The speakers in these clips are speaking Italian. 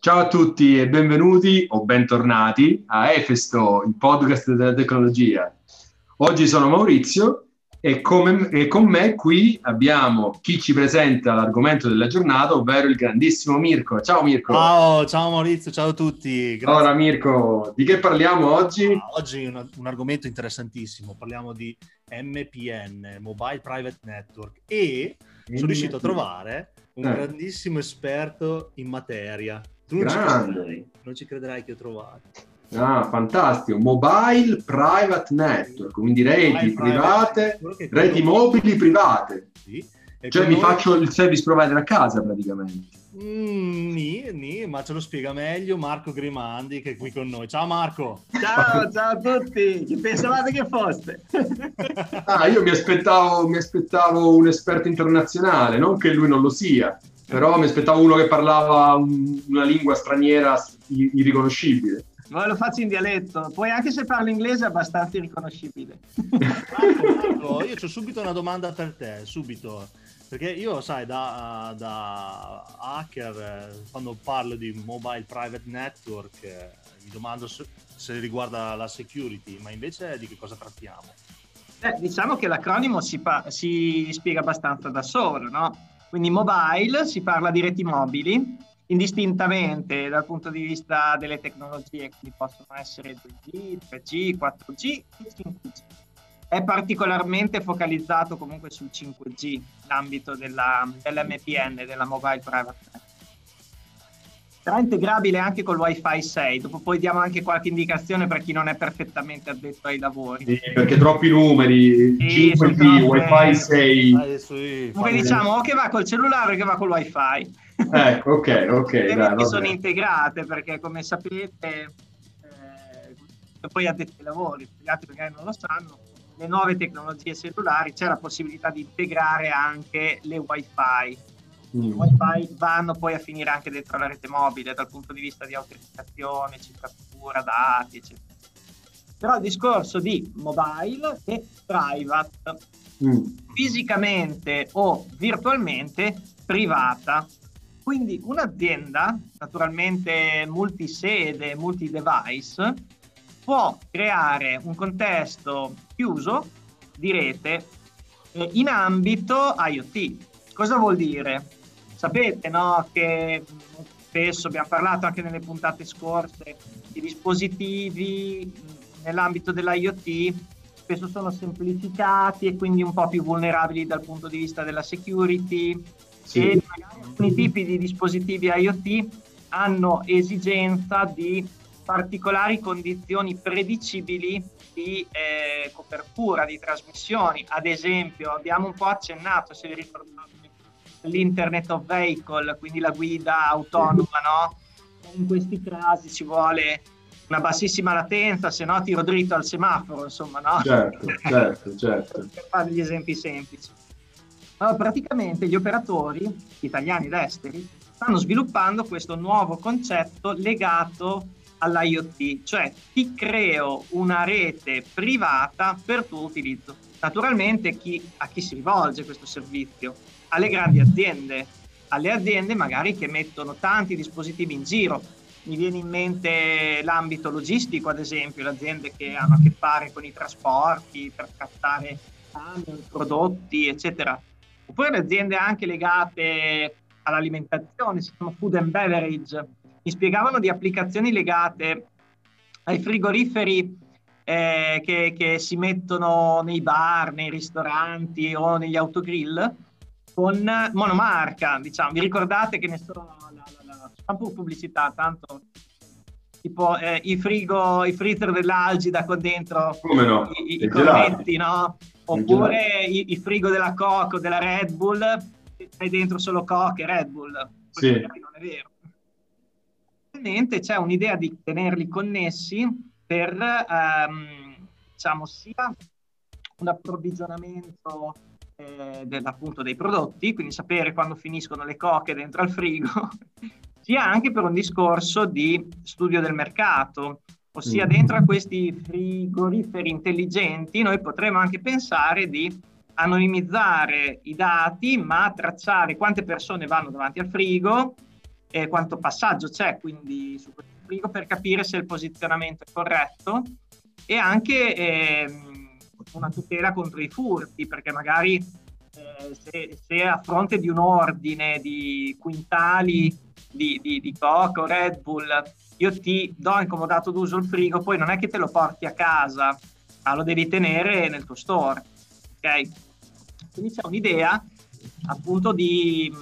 Ciao a tutti e benvenuti o bentornati a Efesto, il podcast della tecnologia. Oggi sono Maurizio e con me qui abbiamo chi ci presenta l'argomento della giornata, ovvero il grandissimo Mirko. Ciao Mirko! Ciao Maurizio, ciao a tutti, Allora grazie. Mirko, di che parliamo oggi? Oggi un argomento interessantissimo, parliamo di MPN, Mobile Private Network, e sono riuscito a trovare un grandissimo esperto in materia. Tu non ci crederai che ho trovato. Ah, fantastico, Mobile Private Network, quindi reti private, reti mobili private. Sì. Cioè mi faccio il service provider a casa praticamente. Ma ce lo spiega meglio Marco Grimandi, che è qui con noi. Ciao Marco! Ciao a tutti! Chi pensavate che foste? Io mi aspettavo un esperto internazionale, non che lui non lo sia, però mi aspettavo uno che parlava una lingua straniera irriconoscibile. Ma lo faccio in dialetto, poi anche se parlo inglese è abbastanza irriconoscibile. Marco, io ho subito una domanda per te, subito. Perché io, sai, da hacker, quando parlo di Mobile Private Network, mi domando se riguarda la security, ma invece di che cosa trattiamo? Diciamo che l'acronimo si spiega abbastanza da solo, no? Quindi mobile si parla di reti mobili, indistintamente dal punto di vista delle tecnologie, quindi possono essere 2G, 3G, 4G e 5G. È particolarmente focalizzato comunque sul 5G, l'ambito dell'MPN, della Mobile Private Network. Sarà integrabile anche col Wi-Fi 6, dopo poi diamo anche qualche indicazione per chi non è perfettamente addetto ai lavori. Sì, perché troppi numeri, sì, 5G, Wi-Fi 6. Come diciamo, o che va col cellulare o che va col Wi-Fi. Ecco, ok. Dai, sono integrate perché, come sapete, poi addetti ai lavori, gli altri magari non lo sanno, le nuove tecnologie cellulari c'è la possibilità di integrare anche le Wi-Fi. I Wi-Fi vanno poi a finire anche dentro la rete mobile dal punto di vista di autenticazione, cifratura, dati, eccetera. Però il discorso di mobile e private, fisicamente o virtualmente privata. Quindi un'azienda, naturalmente multisede, multi-device, può creare un contesto chiuso di rete in ambito IoT. Cosa vuol dire? Sapete, no, che spesso abbiamo parlato anche nelle puntate scorse di dispositivi nell'ambito dell'IoT, spesso sono semplificati e quindi un po' più vulnerabili dal punto di vista della security. Sì. E alcuni tipi di dispositivi IoT hanno esigenza di particolari condizioni predicibili di copertura, di trasmissioni. Ad esempio, abbiamo un po' accennato, se vi ricordate, l'Internet of Vehicle, quindi la guida autonoma, no? In questi casi ci vuole una bassissima latenza, se no tiro dritto al semaforo, insomma, no? Certo. Per fare degli esempi semplici. Allora, praticamente gli operatori, italiani ed esteri, stanno sviluppando questo nuovo concetto legato all'IoT, cioè ti creo una rete privata per tuo utilizzo. Naturalmente a chi si rivolge questo servizio? Alle grandi aziende, alle aziende magari che mettono tanti dispositivi in giro. Mi viene in mente l'ambito logistico, ad esempio, le aziende che hanno a che fare con i trasporti per trattare camion, prodotti, eccetera. Oppure le aziende anche legate all'alimentazione, si chiama food and beverage. Mi spiegavano di applicazioni legate ai frigoriferi che si mettono nei bar, nei ristoranti o negli autogrill con monomarca, diciamo. Vi ricordate che ne sono la pubblicità, tanto tipo i freezer dell'Algida con dentro i cornetti, no? Oppure i frigo della Coke o della Red Bull, c'è dentro solo Coke e Red Bull. Sì. Non è vero. Ovviamente c'è un'idea di tenerli connessi per diciamo sia un approvvigionamento appunto dei prodotti, quindi sapere quando finiscono le coche dentro al frigo, sia anche per un discorso di studio del mercato, ossia dentro a questi frigoriferi intelligenti noi potremmo anche pensare di anonimizzare i dati, ma tracciare quante persone vanno davanti al frigo, quanto passaggio c'è quindi su questo frigo, per capire se il posizionamento è corretto, e anche una tutela contro i furti, perché magari se a fronte di un ordine di quintali di Coca o Red Bull io ti do in comodato d'uso il frigo, poi non è che te lo porti a casa, ma lo devi tenere nel tuo store, ok? Quindi c'è un'idea appunto di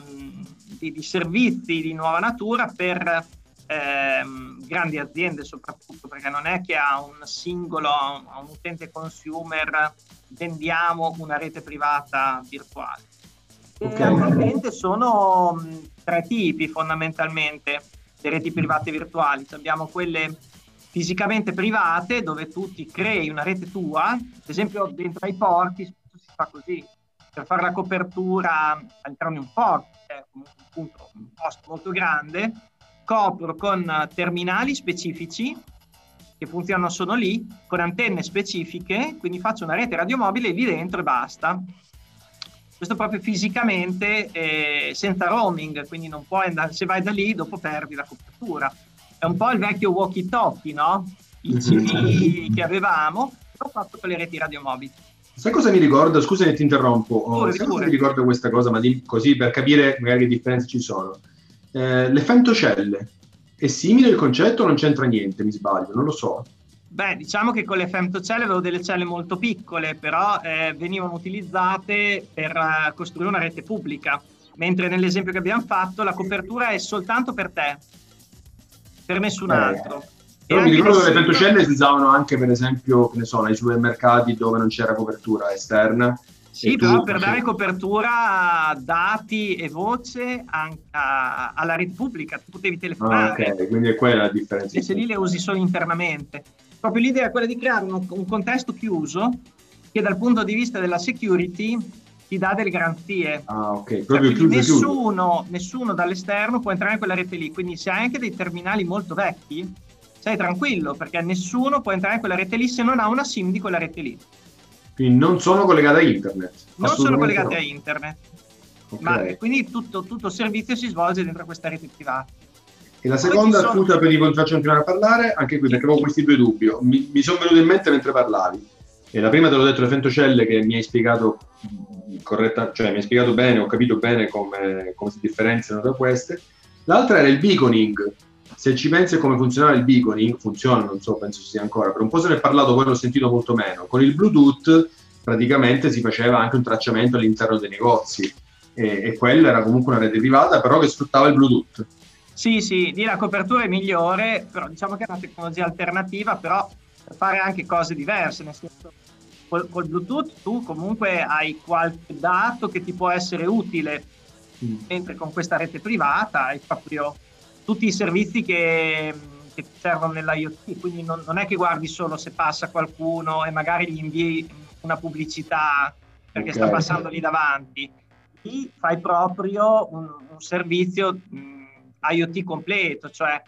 servizi di nuova natura per grandi aziende, soprattutto perché non è che a un utente consumer vendiamo una rete privata virtuale. Attualmente sono 3 tipi fondamentalmente le reti private virtuali. Abbiamo quelle fisicamente private, dove tu ti crei una rete tua, ad esempio dentro ai porti spesso si fa così, per fare la copertura all'interno di un porto, che è appunto un posto molto grande, copro con terminali specifici che funzionano solo lì, con antenne specifiche, quindi faccio una rete radiomobile lì dentro e basta. Questo proprio fisicamente, senza roaming, quindi non puoi andare, se vai da lì dopo perdi la copertura. È un po' il vecchio walkie-talkie, no? I CV che avevamo, però fatto con le reti radiomobili. Sai cosa mi ricorda? Scusa che ti interrompo. Sai cosa mi ricorda questa cosa, ma così per capire magari che differenze ci sono? Le femtocelle. È simile il concetto o non c'entra niente? Mi sbaglio, non lo so. Beh, diciamo che con le femtocelle avevo delle celle molto piccole, però venivano utilizzate per costruire una rete pubblica, mentre nell'esempio che abbiamo fatto la copertura è soltanto per te, per nessun altro. Però mi ricordo che le femtocelle si usavano anche, per esempio, che ne so, nei supermercati dove non c'era copertura esterna. Sì, però per dare copertura, dati e voce alla rete pubblica, tu potevi telefonare. Ok, quindi è quella la differenza. E se lì le usi solo internamente. Proprio l'idea è quella di creare un contesto chiuso che dal punto di vista della security ti dà delle garanzie. Ok, proprio chiuso. Nessuno dall'esterno può entrare in quella rete lì, quindi se hai anche dei terminali molto vecchi, stai tranquillo, perché nessuno può entrare in quella rete lì se non ha una SIM di quella rete lì. Quindi non sono collegate a internet. Non sono collegate a internet, ma quindi tutto il servizio si svolge dentro questa rete privata. E la seconda, scusa per faccio continuare a parlare, anche qui perché avevo questi 2 dubbi. Mi sono venuti in mente mentre parlavi. E la prima te l'ho detto, le femtocelle, che mi hai spiegato corretta, cioè mi hai spiegato bene, ho capito bene come si differenziano da queste. L'altra era il beaconing. Se ci pensi a come funzionava il beaconing, funziona, non so, penso ci sia ancora, per un po' se ne è parlato, poi l'ho sentito molto meno. Con il Bluetooth praticamente si faceva anche un tracciamento all'interno dei negozi e quella era comunque una rete privata, però che sfruttava il Bluetooth. Sì, lì la copertura è migliore, però diciamo che è una tecnologia alternativa, però per fare anche cose diverse, nel senso col Bluetooth tu comunque hai qualche dato che ti può essere utile, mentre con questa rete privata hai proprio tutti i servizi che ti servono nell'IoT, quindi non è che guardi solo se passa qualcuno e magari gli invii una pubblicità perché sta passando lì davanti. Lì fai proprio un servizio IoT completo, cioè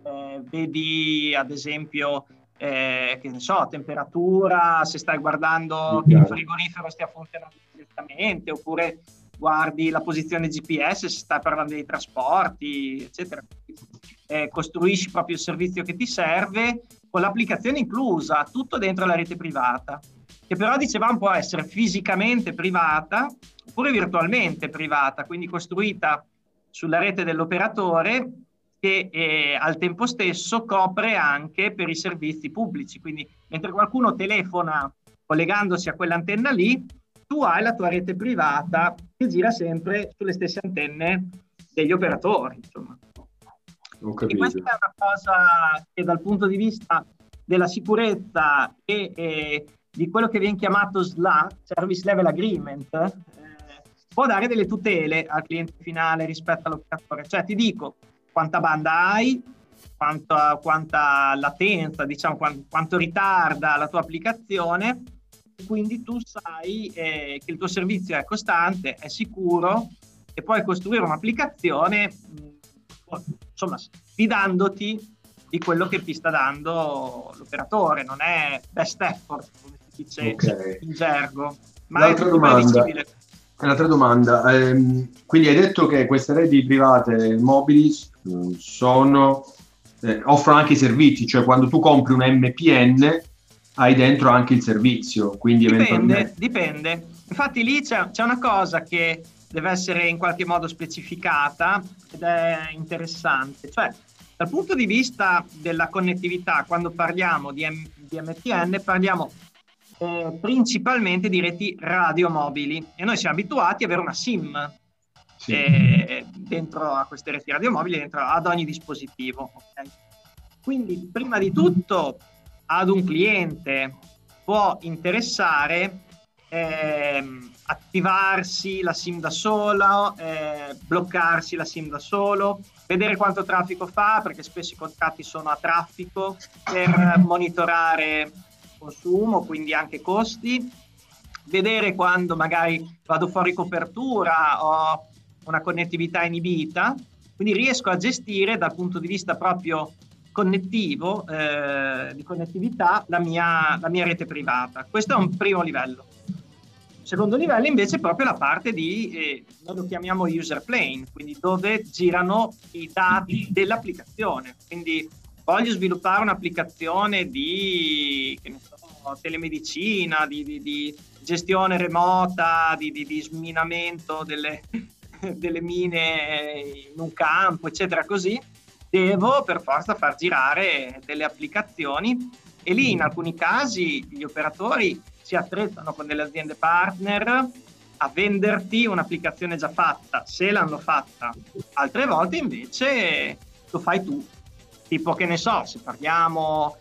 vedi ad esempio che ne so, temperatura, se stai guardando che il frigorifero stia funzionando correttamente, oppure guardi la posizione GPS se stai parlando dei trasporti, eccetera. Costruisci proprio il servizio che ti serve con l'applicazione inclusa, tutto dentro la rete privata, che però dicevamo può essere fisicamente privata oppure virtualmente privata, quindi costruita sulla rete dell'operatore che al tempo stesso copre anche per i servizi pubblici, quindi mentre qualcuno telefona collegandosi a quell'antenna lì, tu hai la tua rete privata che gira sempre sulle stesse antenne degli operatori, insomma. E questa è una cosa che dal punto di vista della sicurezza e di quello che viene chiamato SLA, Service Level Agreement, può dare delle tutele al cliente finale rispetto all'operatore. Cioè ti dico quanta banda hai, quanta latenza, diciamo, quanto ritarda la tua applicazione, quindi tu sai che il tuo servizio è costante, è sicuro e puoi costruire un'applicazione insomma fidandoti di quello che ti sta dando l'operatore. Non è best effort come si dice in gergo, ma è tutto previsibile. Un'altra domanda, quindi hai detto che queste reti private mobili sono, offrono anche i servizi, cioè quando tu compri un MPN hai dentro anche il servizio, quindi eventualmente... Dipende. Infatti lì c'è una cosa che deve essere in qualche modo specificata ed è interessante, cioè dal punto di vista della connettività, quando parliamo di MPN parliamo principalmente di reti radiomobili e noi siamo abituati ad avere una SIM dentro a queste reti radiomobili, dentro ad ogni dispositivo. Okay? Quindi prima di tutto ad un cliente può interessare attivarsi la SIM da sola, bloccarsi la SIM da solo, vedere quanto traffico fa, perché spesso i contratti sono a traffico, per monitorare consumo, quindi anche costi, vedere quando magari vado fuori copertura, ho una connettività inibita, quindi riesco a gestire dal punto di vista proprio connettivo, di connettività, la mia rete privata. Questo è un primo livello. Secondo livello invece è proprio la parte di, noi lo chiamiamo user plane, quindi dove girano i dati dell'applicazione. Quindi voglio sviluppare un'applicazione di, che ne so, telemedicina, di gestione remota, di sminamento delle mine in un campo, eccetera, così. Devo per forza far girare delle applicazioni e lì in alcuni casi gli operatori si attrezzano con delle aziende partner a venderti un'applicazione già fatta, se l'hanno fatta. Altre volte invece lo fai tu, tipo che ne so, se parliamo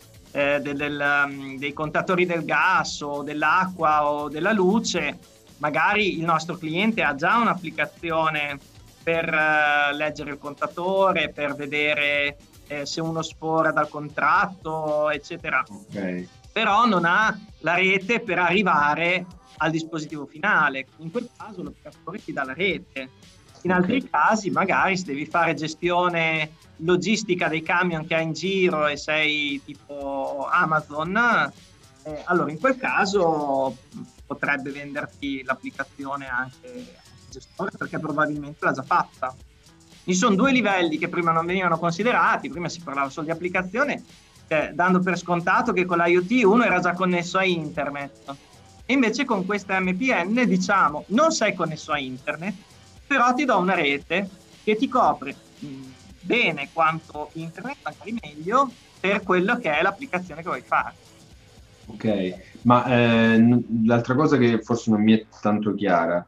dei contatori del gas o dell'acqua o della luce, magari il nostro cliente ha già un'applicazione per leggere il contatore, per vedere se uno sfora dal contratto, eccetera. Okay. Però non ha la rete per arrivare al dispositivo finale. In quel caso l'operatore ti dà la rete. In altri casi magari se devi fare gestione logistica dei camion che hai in giro e sei tipo Amazon, allora in quel caso potrebbe venderti l'applicazione anche al gestore, perché probabilmente l'ha già fatta. Ci sono due livelli che prima non venivano considerati. Prima si parlava solo di applicazione, dando per scontato che con l'IoT uno era già connesso a internet, e invece con questa MPN diciamo non sei connesso a internet, però ti do una rete che ti copre bene quanto internet, magari meglio, per quello che è l'applicazione che vuoi fare. Ok, ma l'altra cosa che forse non mi è tanto chiara,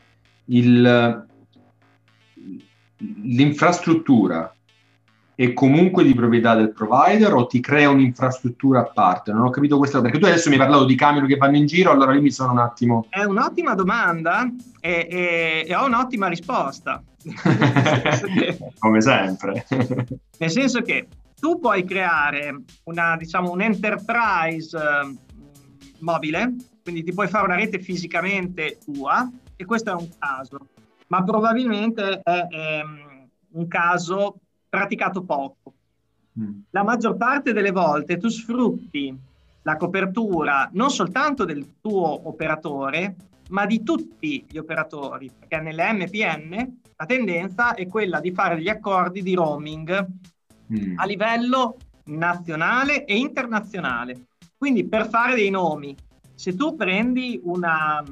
l'infrastruttura è comunque di proprietà del provider o ti crea un'infrastruttura a parte? Non ho capito questa, perché tu adesso mi hai parlato di camion che vanno in giro, allora lì mi sono un attimo... È un'ottima domanda e ho un'ottima risposta. Come sempre. Nel senso che tu puoi creare un enterprise mobile, quindi ti puoi fare una rete fisicamente tua, e questo è un caso, ma probabilmente è un caso praticato poco. La maggior parte delle volte tu sfrutti la copertura non soltanto del tuo operatore, ma di tutti gli operatori, perché nelle MPN la tendenza è quella di fare gli accordi di roaming a livello nazionale e internazionale. Quindi per fare dei nomi, se tu prendi una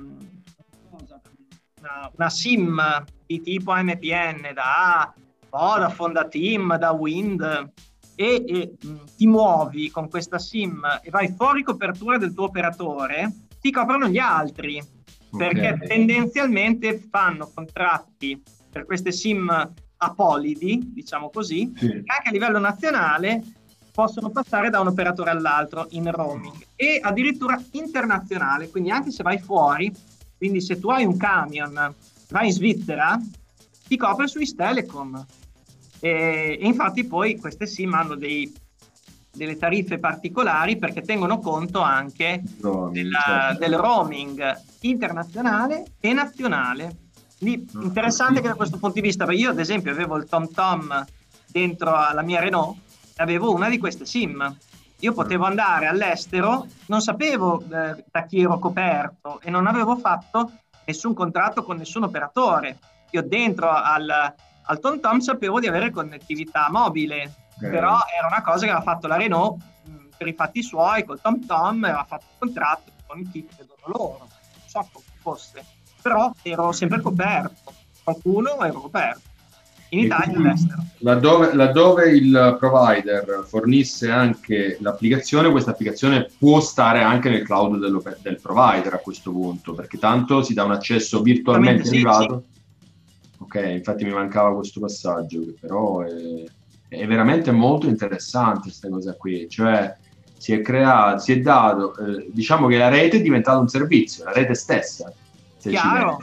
SIM di tipo MPN da Vodafone, da TIM, da Wind e ti muovi con questa SIM e vai fuori copertura del tuo operatore, ti coprono gli altri, perché tendenzialmente fanno contratti per queste SIM apolidi, diciamo così, che anche a livello nazionale possono passare da un operatore all'altro in roaming e addirittura internazionale, quindi anche se vai fuori, quindi se tu hai un camion, vai in Svizzera, ti copre Swiss Telecom. E infatti poi queste SIM hanno delle tariffe particolari perché tengono conto anche del roaming internazionale e nazionale. Quindi interessante che da questo punto di vista, perché io ad esempio avevo il TomTom dentro alla mia Renault e avevo una di queste SIM. Io potevo andare all'estero, non sapevo da chi ero coperto e non avevo fatto nessun contratto con nessun operatore. Io dentro al TomTom sapevo di avere connettività mobile, però era una cosa che aveva fatto la Renault per i fatti suoi, col TomTom, aveva fatto un contratto con il kit che dono loro, non so come fosse, però ero sempre coperto, qualcuno ero coperto, in Italia e all'estero. Laddove il provider fornisse anche l'applicazione, questa applicazione può stare anche nel cloud del provider a questo punto, perché tanto si dà un accesso virtualmente privato. Sì. Ok, infatti mi mancava questo passaggio, che però è veramente molto interessante questa cosa qui, cioè si è dato, diciamo che la rete è diventata un servizio, la rete stessa. Chiaro.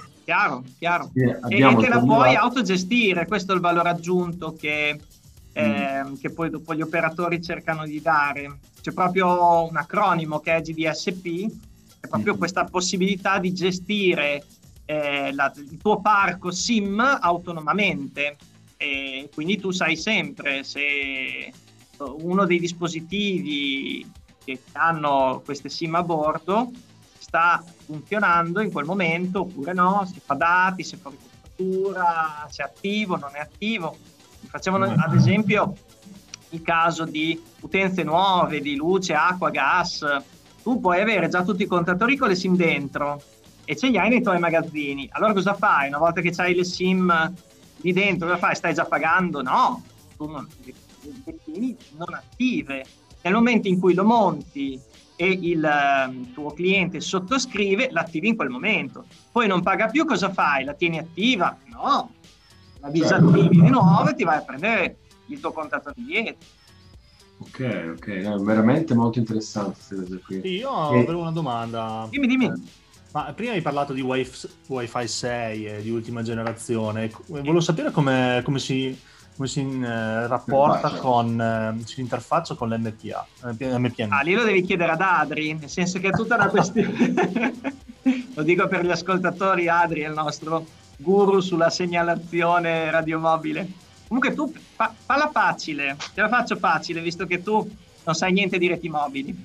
E te la puoi autogestire, questo è il valore aggiunto che poi dopo gli operatori cercano di dare. C'è proprio un acronimo che è GDSP, è proprio questa possibilità di gestire il tuo parco SIM autonomamente, e quindi tu sai sempre se uno dei dispositivi che hanno queste SIM a bordo sta funzionando in quel momento oppure no, se fa dati, se fa ricopertura, se è attivo, non è attivo. Facciamo ad esempio il caso di utenze nuove di luce, acqua, gas. Tu puoi avere già tutti i contatori con le SIM dentro e ce li hai nei tuoi magazzini. Allora cosa fai? Una volta che hai le SIM lì dentro, cosa fai? Stai già pagando? No, tu non attive. Nel momento in cui lo monti e il tuo cliente sottoscrive, l'attivi in quel momento. Poi non paga più, cosa fai? La tieni attiva? No, la disattivi di nuovo e ti vai a prendere il tuo contatore dietro. Ok, no, veramente molto interessante queste cose qui. Sì, io avevo una domanda. Dimmi. Ma prima hai parlato di Wi-Fi 6 e di ultima generazione. Volevo sapere come si rapporta si interfaccia con l'MPN. Lì lo devi chiedere ad Adri, nel senso che è tutta una questione. Lo dico per gli ascoltatori, Adri è il nostro guru sulla segnalazione radiomobile. Comunque tu falla facile, te la faccio facile, visto che tu non sai niente di reti mobili.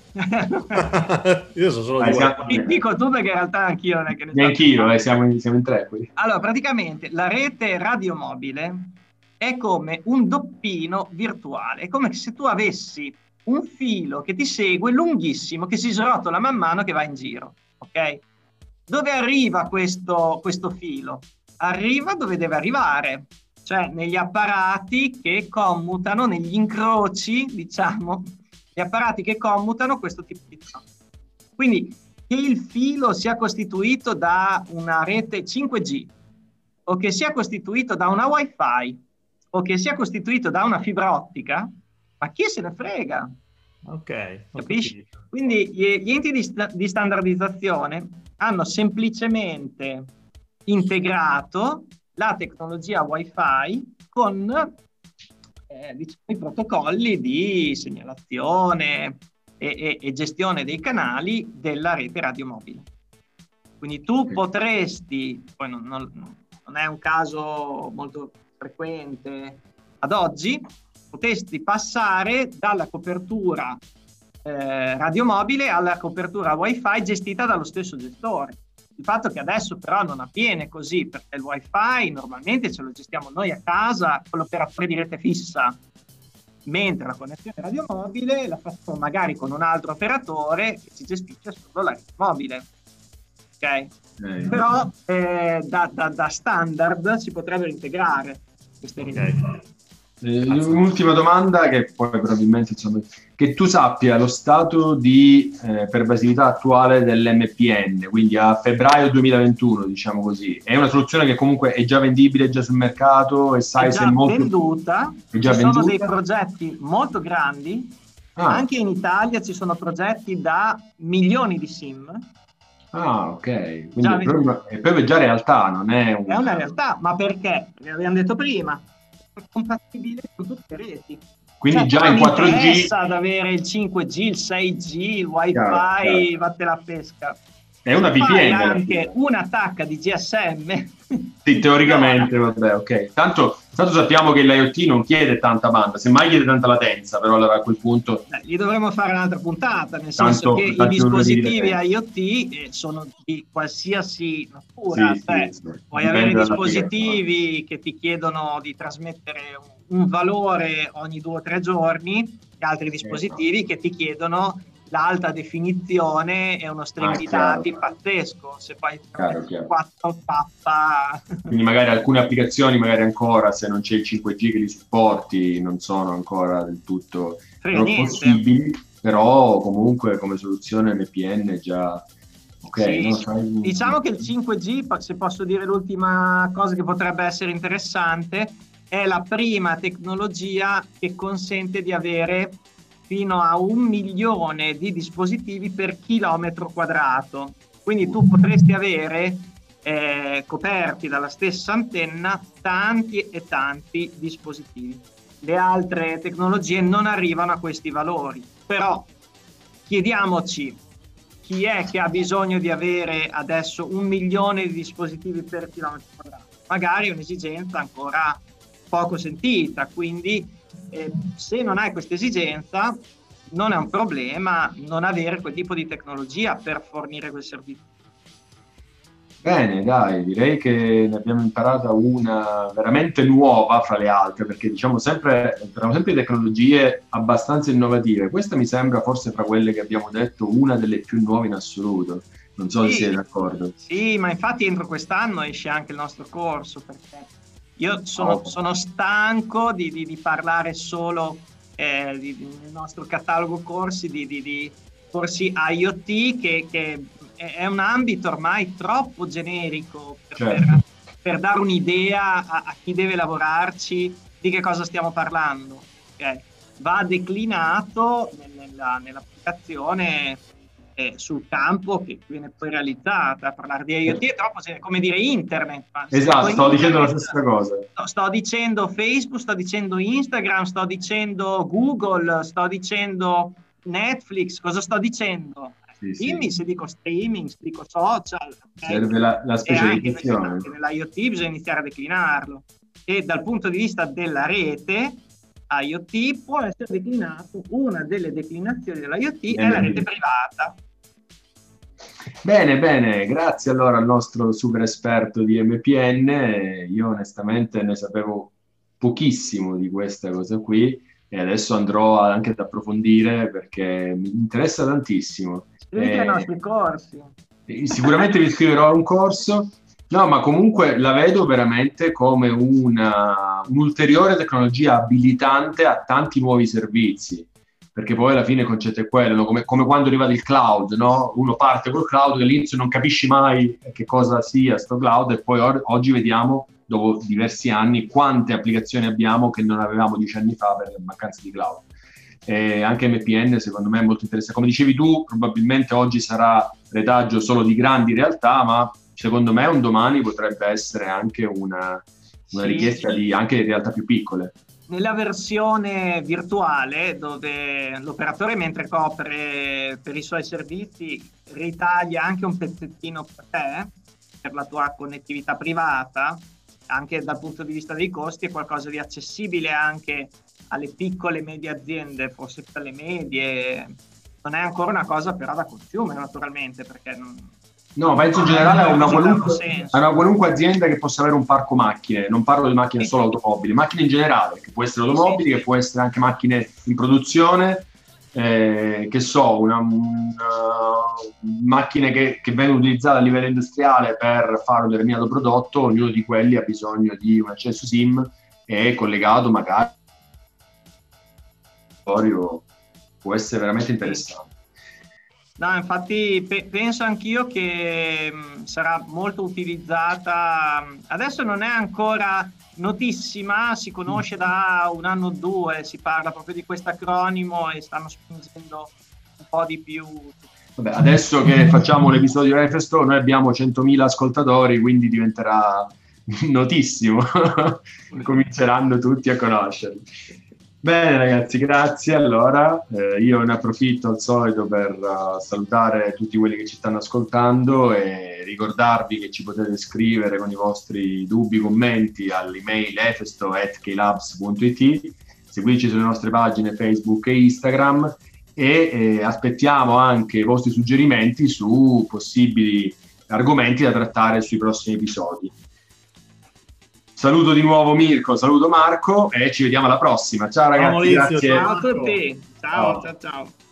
Io so solo dico tu perché in realtà anch'io non è che ne so. Neanch'io, siamo in tre qui. Allora, praticamente la rete radiomobile è come un doppino virtuale, è come se tu avessi un filo che ti segue lunghissimo, che si srotola man mano che va in giro, ok? Dove arriva questo filo? Arriva dove deve arrivare, cioè negli apparati che commutano, negli incroci, diciamo, gli apparati che commutano questo tipo di traffico. Quindi che il filo sia costituito da una rete 5G o che sia costituito da una Wi-Fi o che sia costituito da una fibra ottica, ma chi se ne frega? Ok. Capisci? Quindi gli enti di standardizzazione hanno semplicemente integrato la tecnologia Wi-Fi con i protocolli di segnalazione e gestione dei canali della rete radiomobile. Quindi tu potresti, poi non è un caso molto frequente ad oggi, potresti passare dalla copertura radiomobile alla copertura Wi-Fi gestita dallo stesso gestore. Il fatto che adesso però non avviene così, perché il Wi-Fi normalmente ce lo gestiamo noi a casa con l'operatore di rete fissa, mentre la connessione radiomobile la facciamo magari con un altro operatore che ci gestisce solo la rete mobile. Ok? Però da standard si potrebbero integrare queste reti. Un'ultima domanda, che poi probabilmente che tu sappia lo stato di pervasività attuale dell'MPN, quindi a febbraio 2021, diciamo così. È una soluzione che comunque è già vendibile, è già sul mercato e sai se è molto venduta. Sono dei progetti molto grandi. Anche in Italia ci sono progetti da milioni di SIM. Ok, quindi è proprio già realtà, non è è una realtà, ma perché? Perché abbiamo detto prima, è compatibile con tutte le reti. Quindi già in 4G non interessa ad avere il 5G, il 6G, il Wi-Fi, vatte la pesca. È una VPN. Fai anche una tacca di GSM Sì, teoricamente, vabbè, ok. Tanto sappiamo che l'IoT non chiede tanta banda, semmai chiede tanta latenza, però allora a quel punto... Gli dovremmo fare un'altra puntata, nel senso che i dispositivi IoT sono di qualsiasi natura. Sì. Puoi avere dispositivi che ti chiedono di trasmettere un valore ogni 2 o 3 giorni, e altri dispositivi che ti chiedono l'alta definizione e uno stream di dati pazzesco. Se poi 4K... Quindi magari alcune applicazioni, magari ancora, se non c'è il 5G che li supporti, non sono ancora del tutto possibili, però comunque come soluzione MPN già... Okay, sì, no, diciamo che il 5G, se posso dire l'ultima cosa che potrebbe essere interessante, è la prima tecnologia che consente di avere fino a 1 milione di dispositivi per chilometro quadrato. Quindi tu potresti avere coperti dalla stessa antenna tanti e tanti dispositivi. Le altre tecnologie non arrivano a questi valori, però chiediamoci chi è che ha bisogno di avere adesso 1 milione di dispositivi per chilometro quadrato. Magari è un'esigenza ancora poco sentita, quindi se non hai questa esigenza non è un problema non avere quel tipo di tecnologia per fornire quel servizio. Bene, dai, direi che ne abbiamo imparata una veramente nuova fra le altre, perché parliamo sempre di tecnologie abbastanza innovative. Questa mi sembra forse fra quelle che abbiamo detto una delle più nuove in assoluto. Non so se siete d'accordo. Sì, ma infatti entro quest'anno esce anche il nostro corso, perché io sono stanco di parlare solo nel nostro catalogo corsi di corsi IoT che è un ambito ormai troppo generico per dare un'idea a chi deve lavorarci di che cosa stiamo parlando. Okay? Va declinato nell'applicazione sul campo che viene poi realizzata. Parlare di IoT è troppo come dire internet. Esatto, sto dicendo la stessa cosa. Sto dicendo Facebook, sto dicendo Instagram, sto dicendo Google, sto dicendo Netflix, cosa sto dicendo? Dimmi se dico streaming, se dico social. Serve la specializzazione. Anche nell'IoT bisogna iniziare a declinarlo. E dal punto di vista della rete, IoT può essere declinato, una delle declinazioni dell'IoT è la rete privata. Bene, grazie allora al nostro super esperto di MPN. Io onestamente ne sapevo pochissimo di questa cosa qui e adesso andrò anche ad approfondire perché mi interessa tantissimo. Ai nostri corsi. Sicuramente mi iscriverò a un corso. No, ma comunque la vedo veramente come un'ulteriore tecnologia abilitante a tanti nuovi servizi, perché poi alla fine il concetto è quello, no? Come quando arriva il cloud, no? Uno parte col cloud che all'inizio non capisci mai che cosa sia sto cloud e poi oggi vediamo, dopo diversi anni, quante applicazioni abbiamo che non avevamo 10 anni fa per mancanza di cloud. Anche MPN secondo me è molto interessante. Come dicevi tu, probabilmente oggi sarà retaggio solo di grandi realtà, ma secondo me un domani potrebbe essere anche una richiesta di anche realtà più piccole. Nella versione virtuale, dove l'operatore, mentre copre per i suoi servizi, ritaglia anche un pezzettino per te, per la tua connettività privata, anche dal punto di vista dei costi, è qualcosa di accessibile anche alle piccole e medie aziende, forse per le medie. Non è ancora una cosa però da consumer, naturalmente, perché no, penso in generale a una qualunque azienda che possa avere un parco macchine. Non parlo di macchine solo automobili, macchine in generale, che può essere automobili, che può essere anche macchine in produzione, che so, macchine che vengono utilizzate a livello industriale per fare un determinato prodotto. Ognuno di quelli ha bisogno di un accesso SIM e collegato magari può essere veramente interessante. No, infatti penso anch'io che sarà molto utilizzata. Adesso non è ancora notissima, si conosce da 1 anno o 2, si parla proprio di questo acronimo e stanno spingendo un po' di più. Vabbè, adesso che facciamo l'episodio Refestro noi abbiamo 100.000 ascoltatori, quindi diventerà notissimo, cominceranno tutti a conoscerli. Bene ragazzi, grazie. Allora, io ne approfitto al solito per salutare tutti quelli che ci stanno ascoltando e ricordarvi che ci potete scrivere con i vostri dubbi, commenti all'email efesto@klabs.it, seguiteci sulle nostre pagine Facebook e Instagram e aspettiamo anche i vostri suggerimenti su possibili argomenti da trattare sui prossimi episodi. Saluto di nuovo Mirko, saluto Marco e ci vediamo alla prossima. Ciao ragazzi, Ciao Maurizio, grazie. Ciao a tutti, ciao.